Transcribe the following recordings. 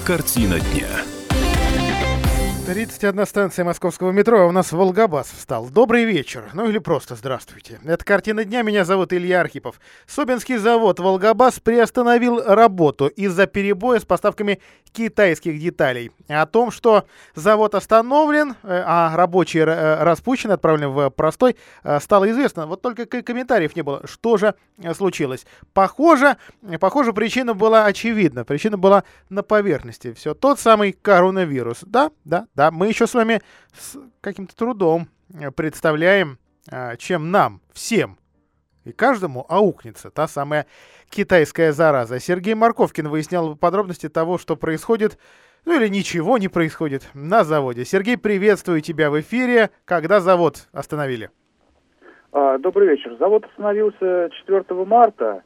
Картина дня. 31 станция московского метро, а у нас Волгобас встал. Добрый вечер, ну или просто здравствуйте. Это «Картина дня», меня зовут Илья Архипов. Собинский завод «Волгобас» приостановил работу из-за перебоя с поставками китайских деталей. О том, что завод остановлен, а рабочие распущены, отправлены в простой, стало известно. Вот только комментариев не было. Что же случилось? Похоже, причина была очевидна. Причина была на поверхности. Все тот самый коронавирус. Да, мы еще с вами с каким-то трудом представляем, чем нам, всем и каждому аукнется та самая китайская зараза. Сергей Марковкин выяснял подробности того, что происходит, ну или ничего не происходит на заводе. Сергей, приветствую тебя в эфире. Когда завод остановили? Добрый вечер. Завод остановился 4 марта.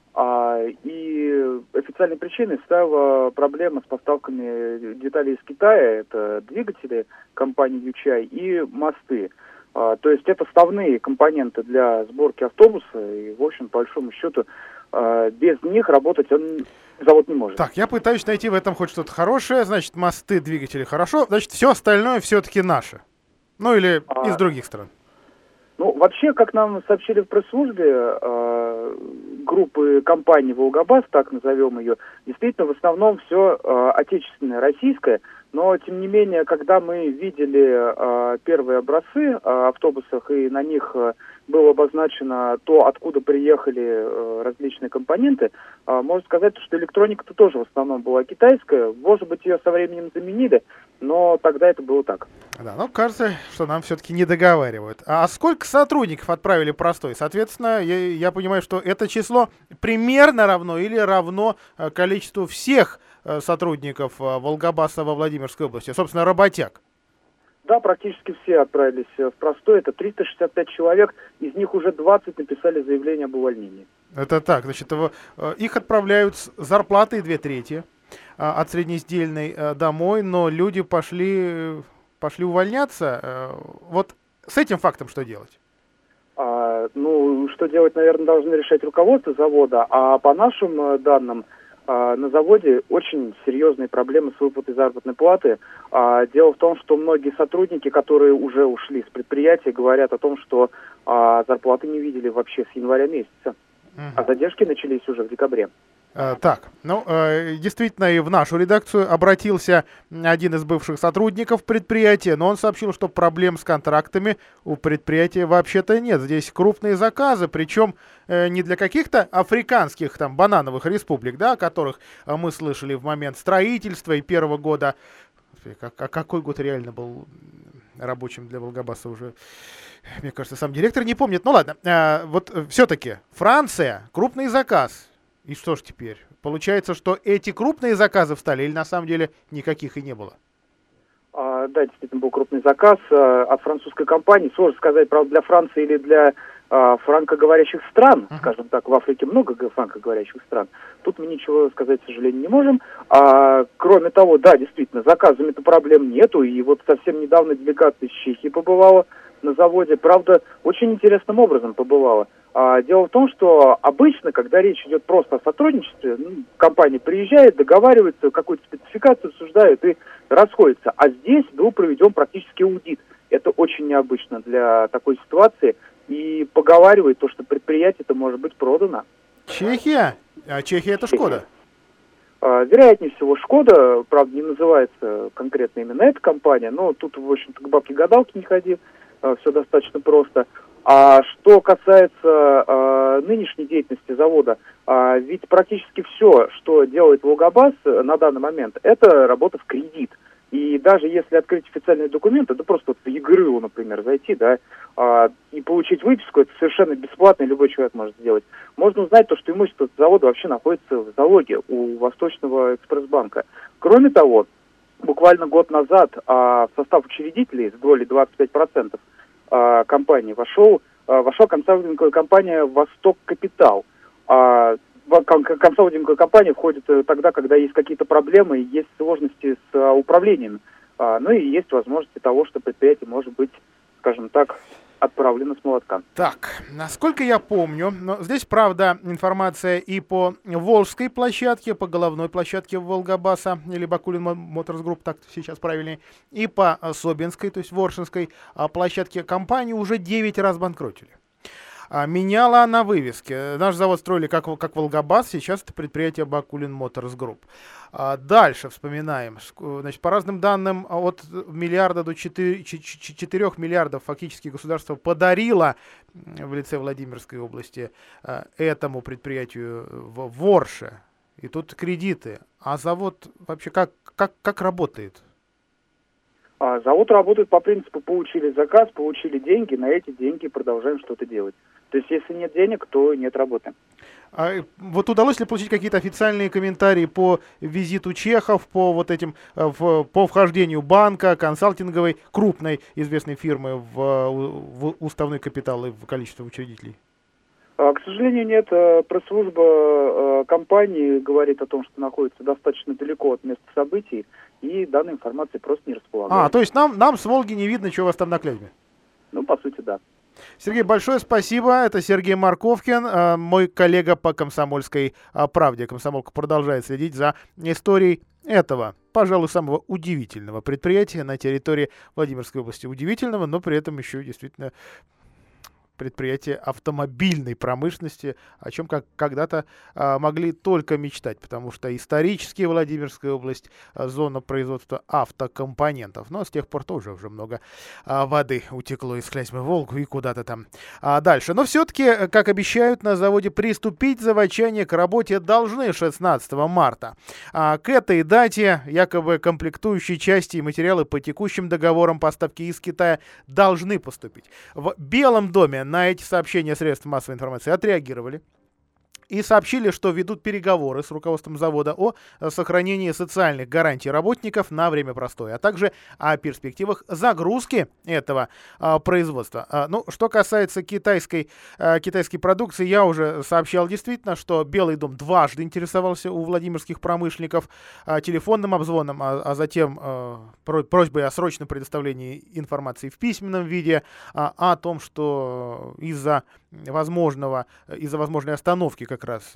И официальной причиной стала проблема с поставками деталей из Китая. Это двигатели компании Ючай и мосты. То есть это вставные компоненты для сборки автобуса. И, в общем, по большому счету, без них работать завод не может. Так, я пытаюсь найти в этом хоть что-то хорошее. Значит, мосты, двигатели хорошо. Значит, все остальное все-таки наше. Ну или из других стран. Ну, вообще, как нам сообщили в пресс-службе группы компании «Волгобас», так назовем ее, действительно, в основном все отечественное, российское, но, тем не менее, когда мы видели первые образцы автобусов, и на них было обозначено то, откуда приехали различные компоненты, можно сказать, что электроника-то тоже в основном была китайская. Может быть, ее со временем заменили, но тогда это было так. Да, но кажется, что нам все-таки не договаривают. А сколько сотрудников отправили простой? Соответственно, я понимаю, что это число примерно равно или равно количеству всех сотрудников Волгобаса во Владимирской области, собственно, работяг. Да, практически все отправились в простой. Это 365 человек, из них уже 20 написали заявление об увольнении. Это так, значит, их отправляют с зарплатой 2/3 от среднесдельной домой, но люди пошли увольняться. Вот с этим фактом что делать? Что делать, наверное, должны решать руководство завода, а по нашим данным, на заводе очень серьезные проблемы с выплатой заработной платы. Дело в том, что многие сотрудники, которые уже ушли с предприятия, говорят о том, что зарплаты не видели вообще с января месяца. А задержки начались уже в декабре. Действительно, и в нашу редакцию обратился один из бывших сотрудников предприятия, но он сообщил, что проблем с контрактами у предприятия вообще-то нет. Здесь крупные заказы, причем не для каких-то африканских там банановых республик, да, о которых мы слышали в момент строительства и первого года. Какой год реально был рабочим для Волгобаса уже, мне кажется, сам директор не помнит. Ну ладно, вот все-таки Франция, крупный заказ. И что ж теперь? Получается, что эти крупные заказы встали или на самом деле никаких и не было? Да, действительно был крупный заказ от французской компании. Сложно сказать, правда, для Франции или для франкоговорящих стран. Скажем так, в Африке много франкоговорящих стран. Тут мы ничего сказать, к сожалению, не можем. Кроме того, да, действительно, с заказами-то проблем нету. И вот совсем недавно делегация из Чехии побывала на заводе. Правда, очень интересным образом побывала. Дело в том, что обычно, когда речь идет просто о сотрудничестве, компания приезжает, договаривается, какую-то спецификацию обсуждают и расходится. А здесь был проведен практически аудит. Это очень необычно для такой ситуации. И поговаривает то, что предприятие-то может быть продано. Чехия? А Чехия это Шкода? Вероятнее всего Шкода, правда, не называется конкретно именно эта компания, но тут, в общем-то, к бабке-гадалке не ходи, все достаточно просто. А что касается нынешней деятельности завода, ведь практически все, что делает Волгобас на данный момент, это работа в кредит. И даже если открыть официальные документы, да просто вот в ЕГРЮ, например, зайти, да, и получить выписку, это совершенно бесплатно, любой человек может сделать. Можно узнать то, что имущество завода вообще находится в залоге у Восточного экспресс-банка. Кроме того, буквально год назад в состав учредителей с долей 25% компании вошла консалтинговая компания «Восток Капитал». Консалтинговая компания входит тогда, когда есть какие-то проблемы, есть сложности с управлением, ну и есть возможности того, что предприятие может быть, скажем так, отправлено с молотка. Так, насколько я помню, но здесь, правда, информация и по Волжской площадке, по головной площадке Волгобаса, или Бакулин Моторс Групп, так сейчас правильнее, и по Собинской, то есть Воршинской площадке компании уже 9 раз банкротили. Меняла она вывески. Наш завод строили как Волгобас, сейчас это предприятие Бакулин Моторс Групп. Дальше вспоминаем. Значит, по разным данным, от миллиарда до 4 миллиардов фактически государство подарило в лице Владимирской области этому предприятию в Ворше. И тут кредиты. А завод вообще как работает? Завод работает по принципу: получили заказ, получили деньги, на эти деньги продолжаем что-то делать. То есть если нет денег, то нет работы. Вот удалось ли получить какие-то официальные комментарии по визиту чехов, по вот этим, по вхожденью банка, консалтинговой, крупной известной фирмы в уставной капитал и в количество учредителей? К сожалению, нет. Пресс-служба компании говорит о том, что находится достаточно далеко от места событий, и данной информации просто не располагает. То есть нам с Волги не видно, что у вас там на клейме? Ну, по сути, да. Сергей, большое спасибо. Это Сергей Марковкин, мой коллега по «Комсомольской правде». «Комсомолка» продолжает следить за историей этого, пожалуй, самого удивительного предприятия на территории Владимирской области. Удивительного, но при этом еще действительно предприятие автомобильной промышленности, о чем когда-то могли только мечтать, потому что исторически Владимирская область зона производства автокомпонентов. Но с тех пор тоже уже много воды утекло из Клязьмы в Волгу и куда-то там дальше. Но все-таки, как обещают, на заводе приступить заводчане к работе должны 16 марта. К этой дате якобы комплектующие части и материалы по текущим договорам поставки из Китая должны поступить. В Белом доме на эти сообщения средств массовой информации отреагировали и сообщили, что ведут переговоры с руководством завода о сохранении социальных гарантий работников на время простоя, а также о перспективах загрузки этого производства. Что касается китайской продукции, я уже сообщал действительно, что Белый дом дважды интересовался у владимирских промышленников телефонным обзвоном, а затем просьбой о срочном предоставлении информации в письменном виде о том, что из-за возможной остановки как раз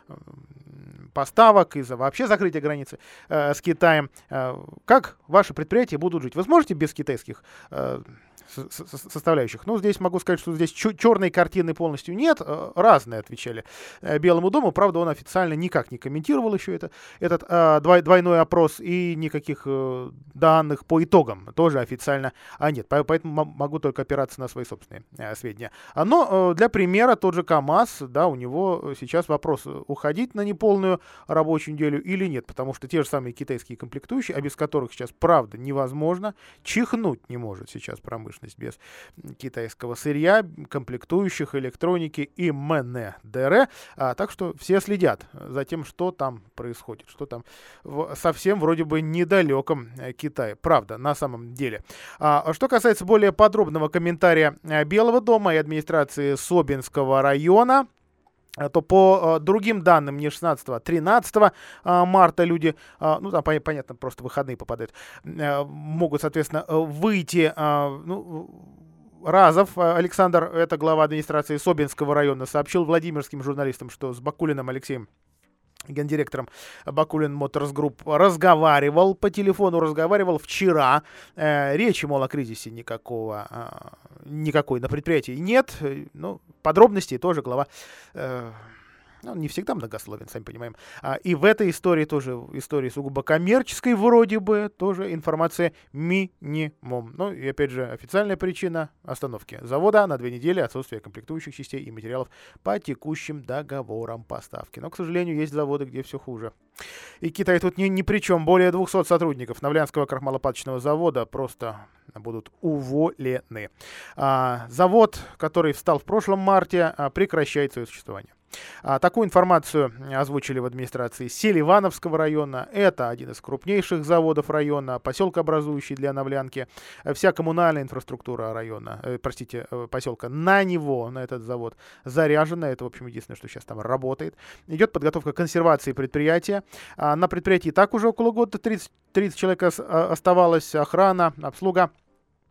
поставок, из-за вообще закрытия границы с Китаем. Как ваши предприятия будут жить? Вы сможете без китайских составляющих? Здесь могу сказать, что здесь черной картины полностью нет. Разные отвечали Белому дому. Правда, он официально никак не комментировал еще этот двойной опрос, и никаких данных по итогам тоже официально нет. Поэтому могу только опираться на свои собственные сведения. Но для примера тот же КАМАЗ, да, у него сейчас вопрос: уходить на неполную рабочую неделю или нет, потому что те же самые китайские комплектующие, а без которых сейчас, правда, невозможно, чихнуть не может сейчас промышленность без китайского сырья, комплектующих, электроники и МНДР. Так что все следят за тем, что там происходит, что там в совсем вроде бы недалеком Китае. Правда, на самом деле. Что касается более подробного комментария Белого дома и администрации Собинского района, то по другим данным, не 16, а 13 марта люди, там, понятно, просто выходные попадают, могут, соответственно, выйти. Разов Александр, это глава администрации Собинского района, сообщил владимирским журналистам, что с Бакулиным Алексеем, гендиректором Бакулин Моторс Групп, разговаривал по телефону, разговаривал вчера. Речи, мол, о кризисе никакой на предприятии нет. Подробностей тоже глава не всегда многословен, сами понимаем. И в этой истории тоже, истории сугубо коммерческой вроде бы, тоже информация минимум. И опять же, официальная причина остановки завода на 2 недели, отсутствие комплектующих частей и материалов по текущим договорам поставки. Но, к сожалению, есть заводы, где все хуже. И Китай тут ни при чем. Более 200 сотрудников Новлянского крахмалопаточного завода просто будут уволены. Завод, который встал в прошлом марте, прекращает свое существование. Такую информацию озвучили в администрации Селивановского района. Это один из крупнейших заводов района, поселка, образующий для Новлянки. Вся коммунальная инфраструктура района, поселка на этот завод заряжена. Это, в общем, единственное, что сейчас там работает. Идет подготовка к консервации предприятия. На предприятии и так уже около года 30 человек оставалось, охрана, обслуга.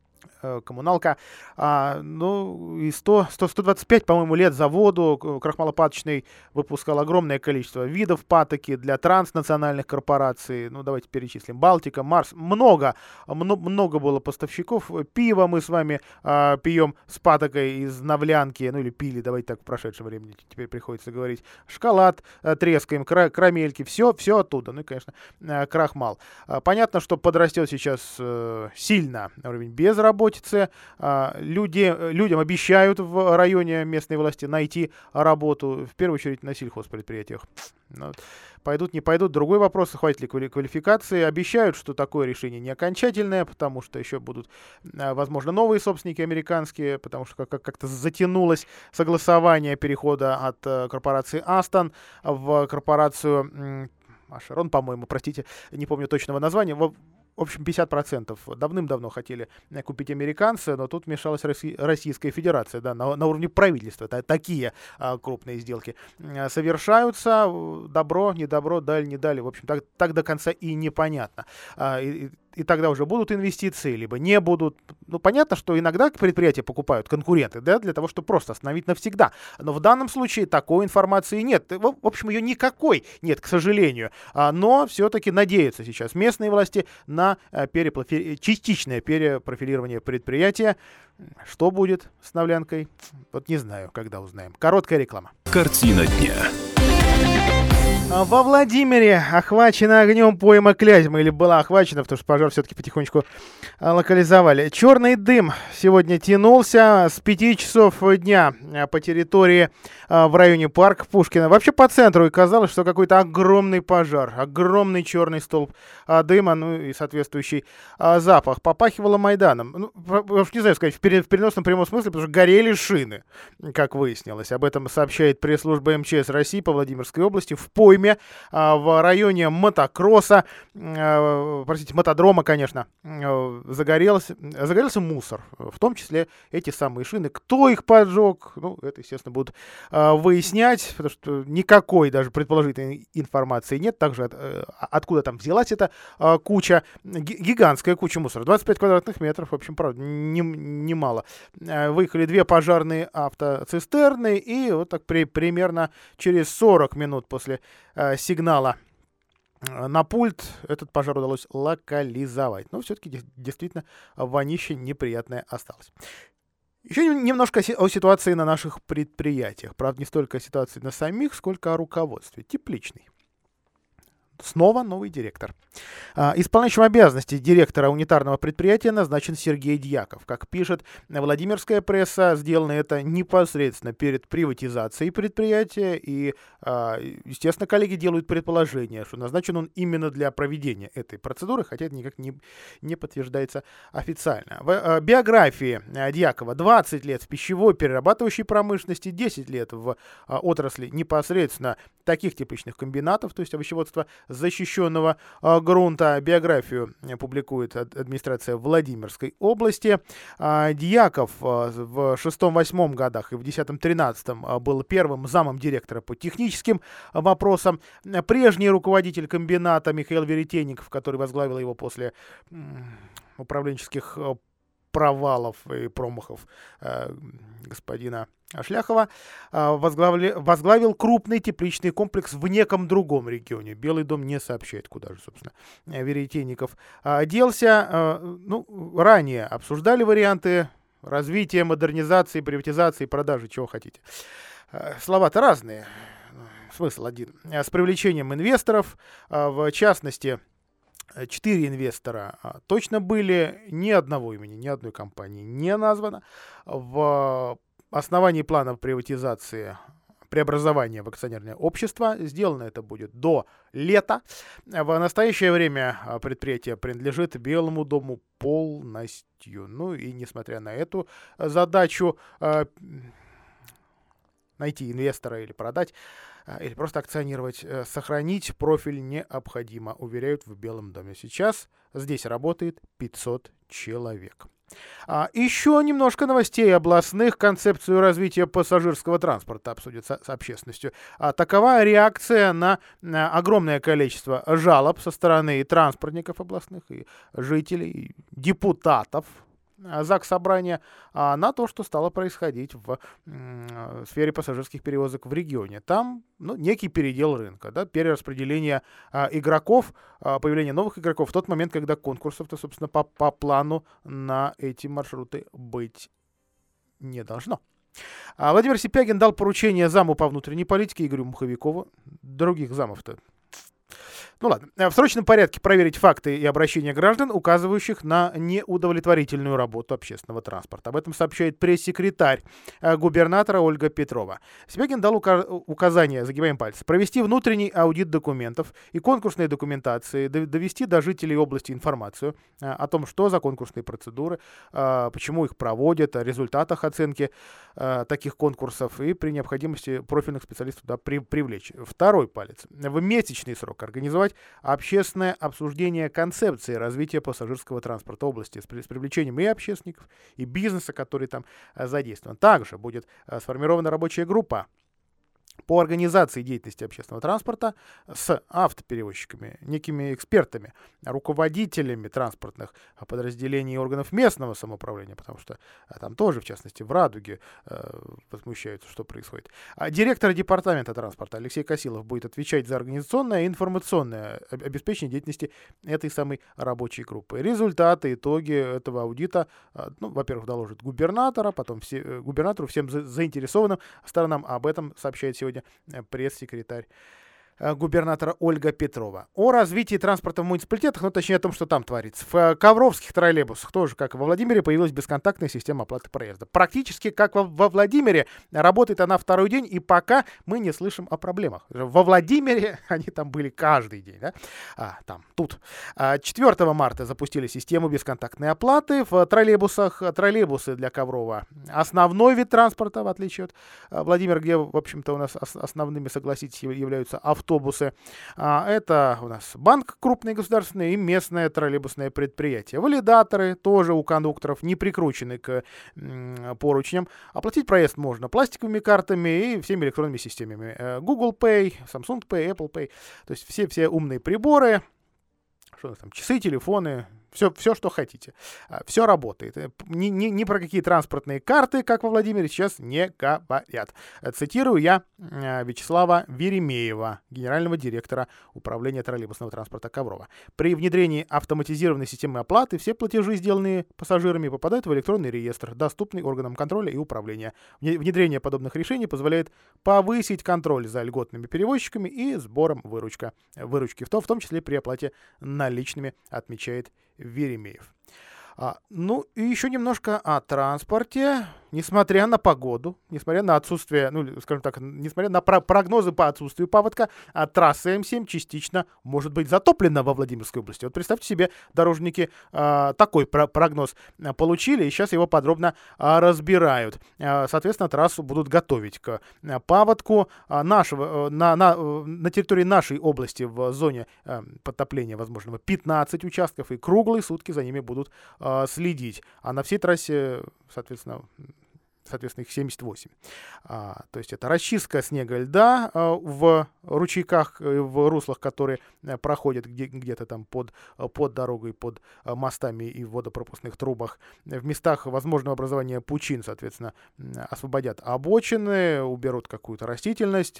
коммуналка. Ну, и 125, по-моему, лет заводу крахмалопаточный выпускал огромное количество видов патоки для транснациональных корпораций. Ну, давайте перечислим. Балтика, Марс. Много было поставщиков. Пиво мы с вами пьем с патокой из Навлянки. Ну, или пили, давайте так, в прошедшем времени теперь приходится говорить. Шоколад трескаем, карамельки. Все оттуда. Ну, и, конечно, крахмал. Понятно, что подрастет сейчас сильно уровень безработицы. Людям обещают в районе местной власти найти работу, в первую очередь на сельхозпредприятиях. Пойдут, не пойдут, другой вопрос, хватит ли квалификации. Обещают, что такое решение не окончательное, потому что еще будут, возможно, новые собственники американские, потому что как-то затянулось согласование перехода от корпорации Астон в корпорацию Ашерон, по-моему, простите, не помню точного названия. В общем, 50% давным-давно хотели купить американцы, но тут вмешалась Российская Федерация, да, на уровне правительства. Такие крупные сделки совершаются. Добро, не добро, дали, не дали. В общем, так до конца и непонятно. И тогда уже будут инвестиции, либо не будут. Ну, понятно, что иногда предприятия покупают конкуренты, да, для того, чтобы просто остановить навсегда. Но в данном случае такой информации нет. В общем, ее никакой нет, к сожалению. Но все-таки надеются сейчас местные власти на частичное перепрофилирование предприятия. Что будет с Навлянкой? Вот не знаю, когда узнаем. Короткая реклама. Картина дня. Во Владимире охвачена огнем пойма Клязьмы, или была охвачена, потому что пожар все-таки потихонечку локализовали. Черный дым сегодня тянулся с 5 часов дня по территории в районе парка Пушкина. Вообще по центру, и казалось, что какой-то огромный пожар, огромный черный столб дыма, ну и соответствующий запах. Попахивало Майданом. Ну, не знаю сказать, в переносном прямом смысле, потому что горели шины, как выяснилось. Об этом сообщает пресс-служба МЧС России по Владимирской области. В пойме в районе мотокросса, мотодрома, конечно, загорелся мусор, в том числе эти самые шины. Кто их поджег? Ну, это, естественно, будут выяснять, потому что никакой даже предположительной информации нет. Также откуда там взялась эта куча, гигантская куча мусора, 25 квадратных метров, в общем, правда, немало. Выехали 2 пожарные автоцистерны, и вот так примерно через 40 минут после сигнала на пульт этот пожар удалось локализовать. Но все-таки действительно вонище неприятное осталось. Еще немножко о ситуации на наших предприятиях. Правда, не столько о ситуации на самих, сколько о руководстве. Тепличный. Снова новый директор. Исполняющим обязанности директора унитарного предприятия назначен Сергей Дьяков. Как пишет Владимирская пресса, сделано это непосредственно перед приватизацией предприятия. И, естественно, коллеги делают предположение, что назначен он именно для проведения этой процедуры, хотя это никак не подтверждается официально. В биографии Дьякова 20 лет в пищевой перерабатывающей промышленности, 10 лет в отрасли непосредственно таких тепличных комбинатов, то есть овощеводства защищенного грунта. Биографию публикует администрация Владимирской области. Дьяков в 6-8 годах и в 10-13 был первым замом директора по техническим вопросам. Прежний руководитель комбината Михаил Веретенников, который возглавил его после управленческих провалов и промахов господина Шляхова, возглавил крупный тепличный комплекс в неком другом регионе. Белый дом не сообщает, куда же, собственно, Веретенников делся. Ранее обсуждали варианты развития, модернизации, приватизации, продажи, чего хотите. Слова-то разные, смысл один. С привлечением инвесторов, в частности, 4 инвестора точно были, ни одного имени, ни одной компании не названо. В основании плана приватизации преобразования в акционерное общество. Сделано это будет до лета. В настоящее время предприятие принадлежит Белому дому полностью. Ну и несмотря на эту задачу, найти инвестора или продать, или просто акционировать, сохранить профиль необходимо, уверяют в Белом доме. Сейчас здесь работает 500 человек. Еще немножко новостей областных. Концепцию развития пассажирского транспорта обсудят с общественностью. Такова реакция на огромное количество жалоб со стороны и транспортников областных, и жителей, и депутатов ЗАГС собрания, на то, что стало происходить в сфере пассажирских перевозок в регионе. Там некий передел рынка, да, перераспределение игроков, появление новых игроков в тот момент, когда конкурсов-то, собственно, по плану на эти маршруты быть не должно. Владимир Сипягин дал поручение заму по внутренней политике Игорю Муховикову. Других замов-то. Ну ладно. В срочном порядке проверить факты и обращения граждан, указывающих на неудовлетворительную работу общественного транспорта. Об этом сообщает пресс-секретарь губернатора Ольга Петрова. Сипягин дал указание, загибаем пальцы, провести внутренний аудит документов и конкурсной документации, довести до жителей области информацию о том, что за конкурсные процедуры, почему их проводят, о результатах оценки таких конкурсов и при необходимости профильных специалистов привлечь. Второй палец. В месячный срок организовать общественное обсуждение концепции развития пассажирского транспорта области с привлечением и общественников, и бизнеса, который там задействован. Также будет сформирована рабочая группа по организации деятельности общественного транспорта с автоперевозчиками, некими экспертами, руководителями транспортных подразделений и органов местного самоуправления, потому что там тоже, в частности, в Радуге возмущаются, что происходит. Директор департамента транспорта Алексей Косилов будет отвечать за организационное и информационное обеспечение деятельности этой самой рабочей группы. Результаты, итоги этого аудита, во-первых, доложит губернатора, потом губернатору, всем заинтересованным сторонам. Об этом сообщает сегодня пресс-секретарь губернатора Ольга Петрова. О развитии транспорта в муниципалитетах, точнее о том, что там творится. В ковровских троллейбусах тоже, как и во Владимире, появилась бесконтактная система оплаты проезда. Практически как во Владимире, работает она второй день, и пока мы не слышим о проблемах. Во Владимире они там были каждый день, да? Тут. 4 марта запустили систему бесконтактной оплаты в троллейбусах. Троллейбусы для Коврова основной вид транспорта, в отличие от Владимира, где, в общем-то, у нас основными, согласитесь, являются автобусы. Это у нас банк крупный государственный и местное троллейбусное предприятие. Валидаторы тоже у кондукторов не прикручены к поручням. Оплатить проезд можно пластиковыми картами и всеми электронными системами. Google Pay, Samsung Pay, Apple Pay. То есть все умные приборы, что у нас там, часы, телефоны, все, что хотите. Все работает. Ни про какие транспортные карты, как во Владимире, сейчас не говорят. Цитирую я Вячеслава Веремеева, генерального директора управления троллейбусного транспорта Коврова. При внедрении автоматизированной системы оплаты все платежи, сделанные пассажирами, попадают в электронный реестр, доступный органам контроля и управления. Внедрение подобных решений позволяет повысить контроль за льготными перевозчиками и сбором выручки, в том числе при оплате наличными, отмечает Веремеев. И еще немножко о транспорте. Несмотря на погоду, несмотря на отсутствие, несмотря на прогнозы по отсутствию паводка, трасса М7 частично может быть затоплена во Владимирской области. Вот представьте себе, дорожники такой прогноз получили, и сейчас его подробно разбирают. Соответственно, трассу будут готовить к паводку на территории нашей области в зоне подтопления возможного 15 участков, и круглые сутки за ними будут следить. А на всей трассе, соответственно, их 78. То есть это расчистка снега и льда в ручейках, в руслах, которые проходят где-то там под дорогой, под мостами и в водопропускных трубах. В местах возможного образования пучин, соответственно, освободят обочины, уберут какую-то растительность,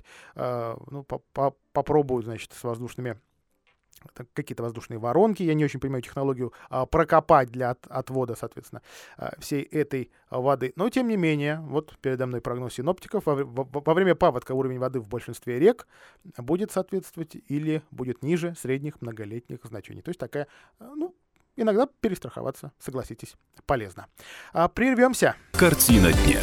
попробуют, значит, с воздушными какие-то воздушные воронки, я не очень понимаю технологию, прокопать для отвода, соответственно, всей этой воды. Но, тем не менее, вот передо мной прогноз синоптиков. Во время паводка уровень воды в большинстве рек будет соответствовать или будет ниже средних многолетних значений. То есть такая, иногда перестраховаться, согласитесь, полезно. Прервемся. Картина дня.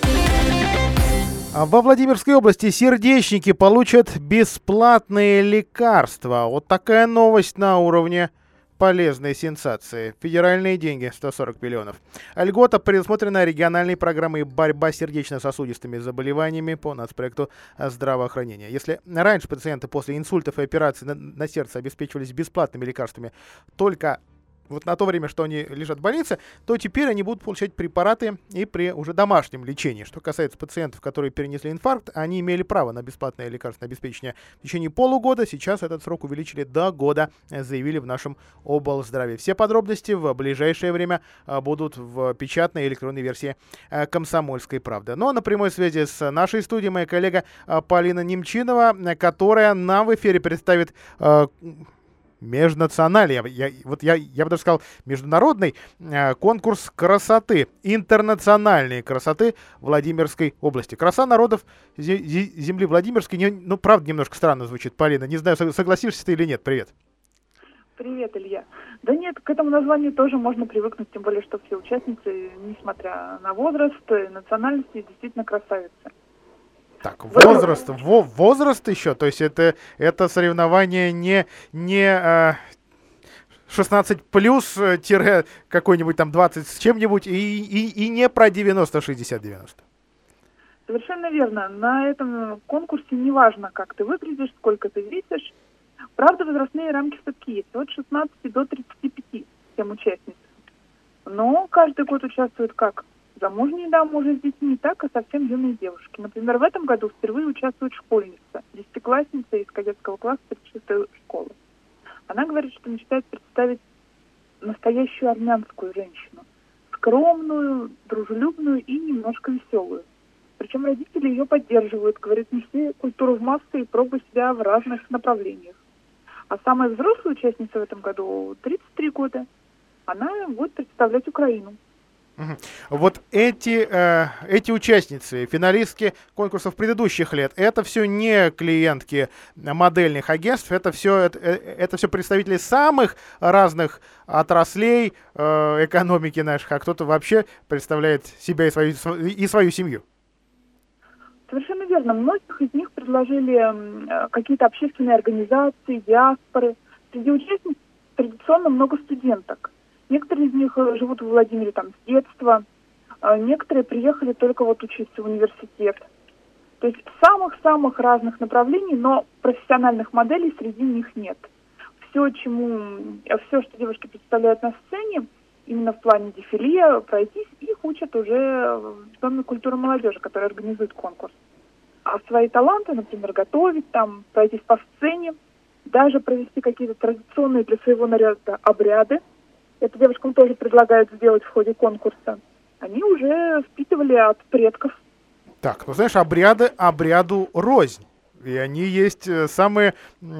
Во Владимирской области сердечники получат бесплатные лекарства. Вот такая новость на уровне полезной сенсации. Федеральные деньги, 140 миллионов. Льгота предусмотрена региональной программой борьба с сердечно-сосудистыми заболеваниями по нацпроекту здравоохранения. Если раньше пациенты после инсультов и операций на сердце обеспечивались бесплатными лекарствами только вот на то время, что они лежат в больнице, то теперь они будут получать препараты и при уже домашнем лечении. Что касается пациентов, которые перенесли инфаркт, они имели право на бесплатное лекарственное обеспечение в течение полугода. Сейчас этот срок увеличили до года, заявили в нашем облздраве. Все подробности в ближайшее время будут в печатной и электронной версии «Комсомольской правды». Но на прямой связи с нашей студией моя коллега Полина Немчинова, которая нам в эфире представит межнациональный, я бы даже сказал, международный конкурс красоты, интернациональной красоты Владимирской области. Краса народов земли Владимирской, правда, немножко странно звучит, Полина. Не знаю, согласишься ты или нет. Привет. Привет, Илья. Да нет, к этому названию тоже можно привыкнуть, тем более, что все участницы, несмотря на возраст и национальности, действительно красавицы. Так, возраст еще, то есть это соревнование не 16 плюс какой-нибудь там 20 с чем-нибудь и не про 90-60-90. Совершенно верно. На этом конкурсе не важно, как ты выглядишь, сколько ты весишь. Правда, возрастные рамки все-таки есть. От 16 до 35 всем участницам. Но каждый год участвуют как замужние дамы уже с детьми, так и совсем юные девушки. Например, в этом году впервые участвует школьница, десятиклассница из кадетского класса 36-й школы. Она говорит, что мечтает представить настоящую армянскую женщину. Скромную, дружелюбную и немножко веселую. Причем родители ее поддерживают, говорят, неси культуру в массы и пробуй себя в разных направлениях. А самая взрослая участница в этом году 33 года. Она будет представлять Украину. Вот эти участницы, финалистки конкурсов предыдущих лет, это все не клиентки модельных агентств, это все представители самых разных отраслей экономики наших, а кто-то вообще представляет себя и свою семью. Совершенно верно. Многих из них предложили какие-то общественные организации, диаспоры. Среди участниц традиционно много студенток. Некоторые из них живут в Владимире там с детства, некоторые приехали только вот учиться в университет. То есть самых-самых разных направлений, но профессиональных моделей среди них нет. Все, что девушки представляют на сцене, именно в плане дефиле, пройтись, их учат уже в Доме культуры молодежи, который организует конкурс. А свои таланты, например, готовить, там, пройтись по сцене, даже провести какие-то традиционные для своего наряда обряды, это девушкам тоже предлагают сделать в ходе конкурса, они уже впитывали от предков. Так, знаешь, обряду рознь. И они есть самые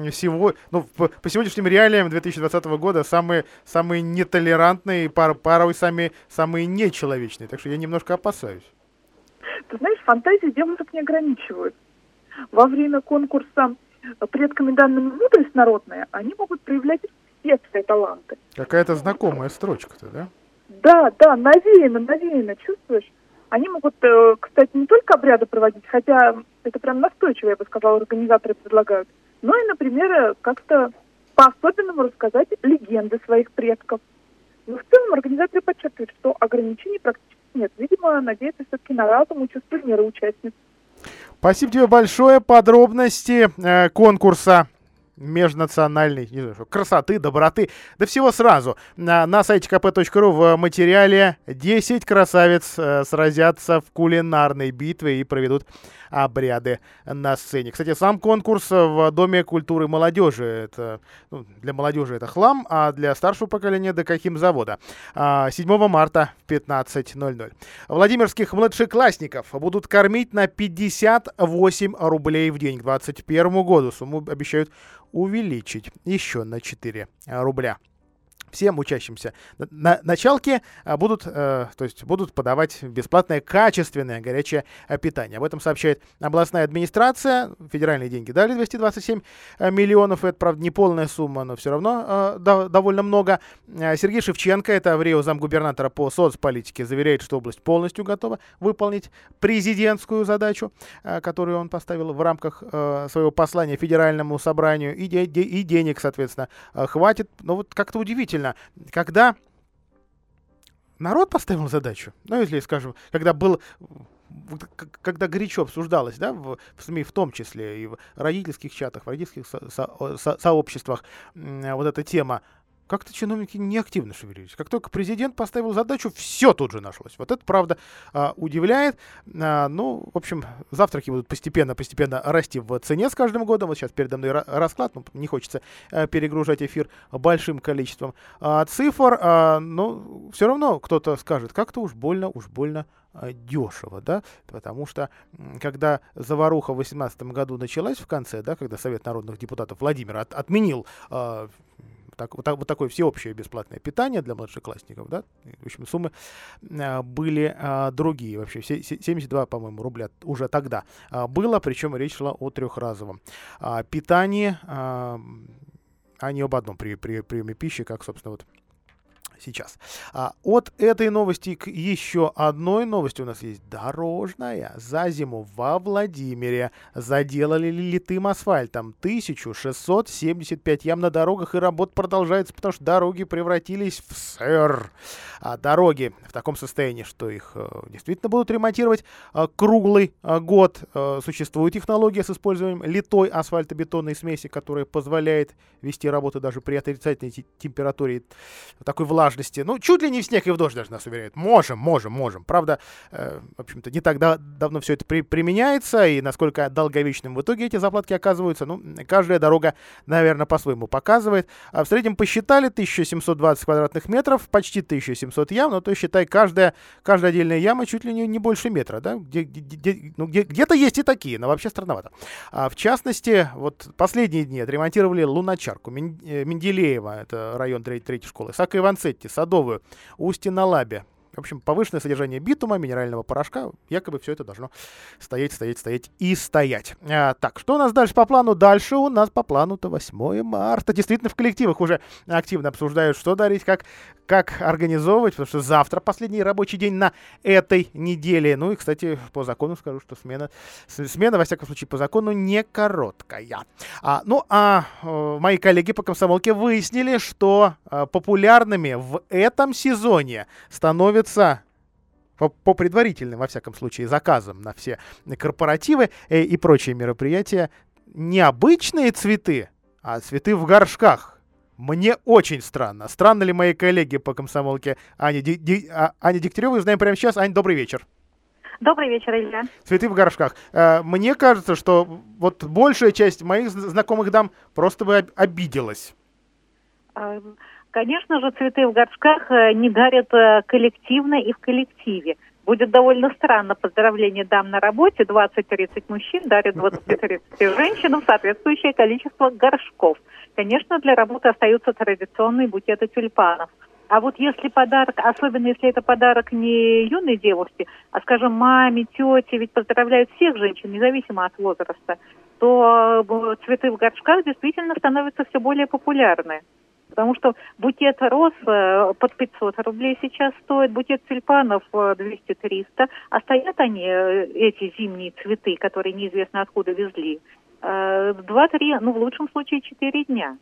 по сегодняшним реалиям 2020 года самые нетолерантные, порой самые нечеловечные. Так что я немножко опасаюсь. Ты знаешь, фантазии девушек не ограничивают. Во время конкурса предками данными мудрость народная, они могут проявлять все свои таланты. Какая-то знакомая строчка-то, да? Да, навеяно, чувствуешь? Они могут, кстати, не только обряды проводить, хотя это прям настойчиво, я бы сказала, организаторы предлагают, но и, например, как-то по-особенному рассказать легенды своих предков. Но в целом организаторы подчеркивают, что ограничений практически нет. Видимо, надеются все-таки на разум и чувство меры участниц. Спасибо тебе большое. Подробности конкурса межнациональной, не знаю, красоты, доброты, да всего сразу. На сайте kp.ru в материале 10 красавиц сразятся в кулинарной битве и проведут обряды на сцене. Кстати, сам конкурс в Доме культуры молодежи. Это, для молодежи это хлам, а для старшего поколения до каким завода. 7 марта в 15:00. Владимирских младшеклассников будут кормить на 58 рублей в день к 2021 году. Сумму обещают увеличить еще на 4 рубля. Всем учащимся началки будут подавать бесплатное качественное горячее питание. Об этом сообщает областная администрация. Федеральные деньги дали 227 миллионов. Это, правда, не полная сумма, но все равно довольно много. Сергей Шевченко, это в Рио замгубернатора по соцполитике, заверяет, что область полностью готова выполнить президентскую задачу, которую он поставил в рамках своего послания федеральному собранию. И денег, соответственно, хватит. Но вот как-то удивительно. Когда народ поставил задачу, если, скажем, когда горячо обсуждалось, да, в СМИ в том числе, и в родительских чатах, в родительских сообществах вот эта тема, как-то чиновники неактивно шевелились. Как только президент поставил задачу, все тут же нашлось. Вот это, правда, удивляет. Ну, в общем, завтраки будут постепенно расти в цене с каждым годом. Вот сейчас передо мной расклад, не хочется перегружать эфир большим количеством цифр. Но все равно кто-то скажет, как-то уж больно дешево, да, потому что когда заваруха в 2018 году началась в конце, да, когда Совет народных депутатов Владимира отменил вот такое всеобщее бесплатное питание для младшеклассников, да, в общем, суммы были другие, вообще 72, по-моему, рубля уже тогда было, причем речь шла о трехразовом питании, а не об одном приеме пищи, как, собственно, вот сейчас. От этой новости к еще одной новости у нас есть дорожная. За зиму во Владимире заделали литым асфальтом 1675 ям на дорогах, и работа продолжается, потому что дороги превратились в сыр. Дороги в таком состоянии, что их действительно будут ремонтировать круглый год. Существует технология с использованием литой асфальтобетонной смеси, которая позволяет вести работу даже при отрицательной температуре такой влажности. Ну, чуть ли не в снег и в дождь даже нас уверяют. Можем. Правда, в общем-то, не так давно все это применяется, и насколько долговечным в итоге эти заплатки оказываются, ну, каждая дорога, наверное, по-своему показывает. В среднем посчитали 1720 квадратных метров, почти 1700 ям, ну, то есть, считай, каждая отдельная яма чуть ли не больше метра, да? Где-то есть и такие, но вообще странновато. В частности, вот последние дни отремонтировали Луначарку, Менделеева, это район 3-й школы, Сако-Иванцетти, Садовую, Устье-на-Лабе. В общем, повышенное содержание битума, минерального порошка. Якобы все это должно стоять и стоять. Так, что у нас дальше по плану? Дальше у нас по плану-то 8 марта. Действительно, в коллективах уже активно обсуждают, что дарить, как организовывать, потому что завтра последний рабочий день на этой неделе. Ну и, кстати, по закону скажу, что смена, во всяком случае, по закону не короткая. Мои коллеги по комсомолке выяснили, что популярными в этом сезоне становятся по предварительным, во всяком случае, заказам на все корпоративы и прочие мероприятия не обычные цветы, а цветы в горшках. Мне очень странно. Странно ли мои коллеги по комсомолке Аня Дегтярева? Узнаем прямо сейчас. Ань, добрый вечер. Добрый вечер, Илья. Цветы в горшках. Мне кажется, что вот большая часть моих знакомых дам просто бы обиделась. Конечно же, цветы в горшках не дарят коллективно и в коллективе. Будет довольно странно поздравление дам на работе. 20-30 мужчин дарят 20-30 женщинам соответствующее количество горшков. Конечно, для работы остаются традиционные букеты тюльпанов. А вот если подарок, особенно если это подарок не юной девушке, а, скажем, маме, тете, ведь поздравляют всех женщин, независимо от возраста, то цветы в горшках действительно становятся все более популярны. Потому что букет роз под 500 рублей сейчас стоит, букет тюльпанов 200-300, а стоят они, эти зимние цветы, которые неизвестно откуда везли, 2-3, в лучшем случае 4 дня.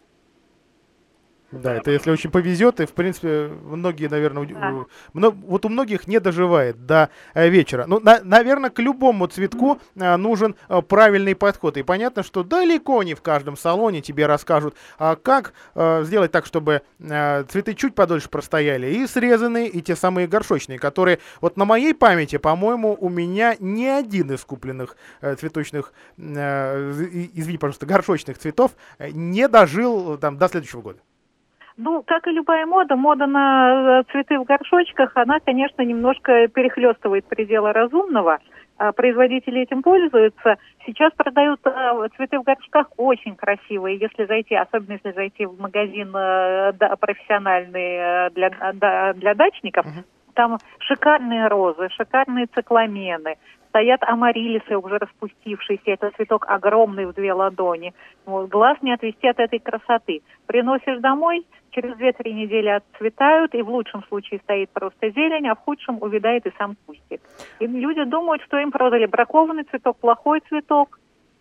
Да, это если очень повезет, и, в принципе, многие, наверное, вот у многих не доживает до вечера. Ну, наверное, к любому цветку нужен правильный подход. И понятно, что далеко не в каждом салоне тебе расскажут, как сделать так, чтобы цветы чуть подольше простояли. И срезанные, и те самые горшочные, которые, вот на моей памяти, по-моему, у меня ни один из купленных цветочных, извини, пожалуйста, горшочных цветов не дожил там до следующего года. Ну, как и любая мода на цветы в горшочках, она, конечно, немножко перехлестывает пределы разумного. Производители этим пользуются. Сейчас продают цветы в горшках очень красивые. Особенно если зайти в магазин профессиональный для дачников, там шикарные розы, шикарные цикламены. Стоят амарилисы, уже распустившиеся. Это цветок огромный в 2 ладони. Вот, глаз не отвести от этой красоты. Приносишь домой, через 2-3 недели отцветают, и в лучшем случае стоит просто зелень, а в худшем увядает и сам кустик. И люди думают, что им продали бракованный цветок, плохой цветок.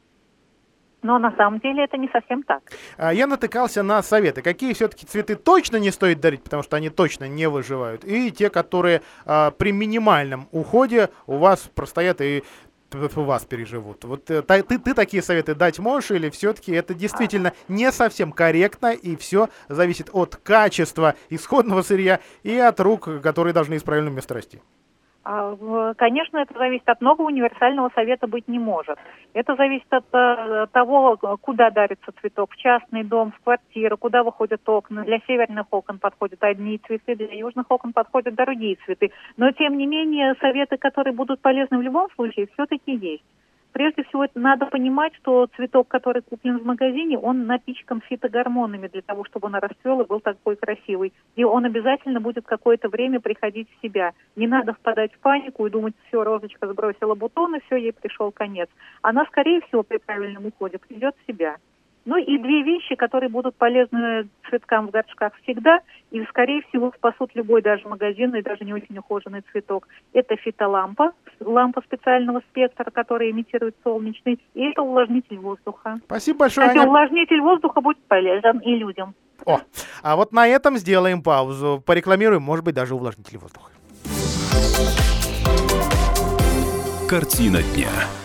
Но на самом деле это не совсем так. Я натыкался на советы. Какие все-таки цветы точно не стоит дарить, потому что они точно не выживают. И те, которые при минимальном уходе у вас простоят и у вас переживут. Вот ты такие советы дать можешь, или все-таки это действительно не совсем корректно, и все зависит от качества исходного сырья и от рук, которые должны из правильного места расти? Конечно, это зависит от много, универсального совета быть не может. Это зависит от того, куда дарится цветок, в частный дом, в квартиру, куда выходят окна. Для северных окон подходят одни цветы, для южных окон подходят другие цветы. Но, тем не менее, советы, которые будут полезны в любом случае, все-таки есть. Прежде всего, это надо понимать, что цветок, который куплен в магазине, он напичкан фитогормонами для того, чтобы он расцвел и был такой красивый. И он обязательно будет какое-то время приходить в себя. Не надо впадать в панику и думать, все, розочка сбросила бутоны, все, ей пришел конец. Она, скорее всего, при правильном уходе придет в себя. Ну и две вещи, которые будут полезны цветкам в горшках всегда и, скорее всего, спасут любой даже магазинный, даже не очень ухоженный цветок. Это фитолампа, лампа специального спектра, которая имитирует солнечный, и это увлажнитель воздуха. Спасибо большое, Кстати, Аня. увлажнитель воздуха будет полезен и людям. А вот на этом сделаем паузу. Порекламируем, может быть, даже увлажнитель воздуха. Картина дня.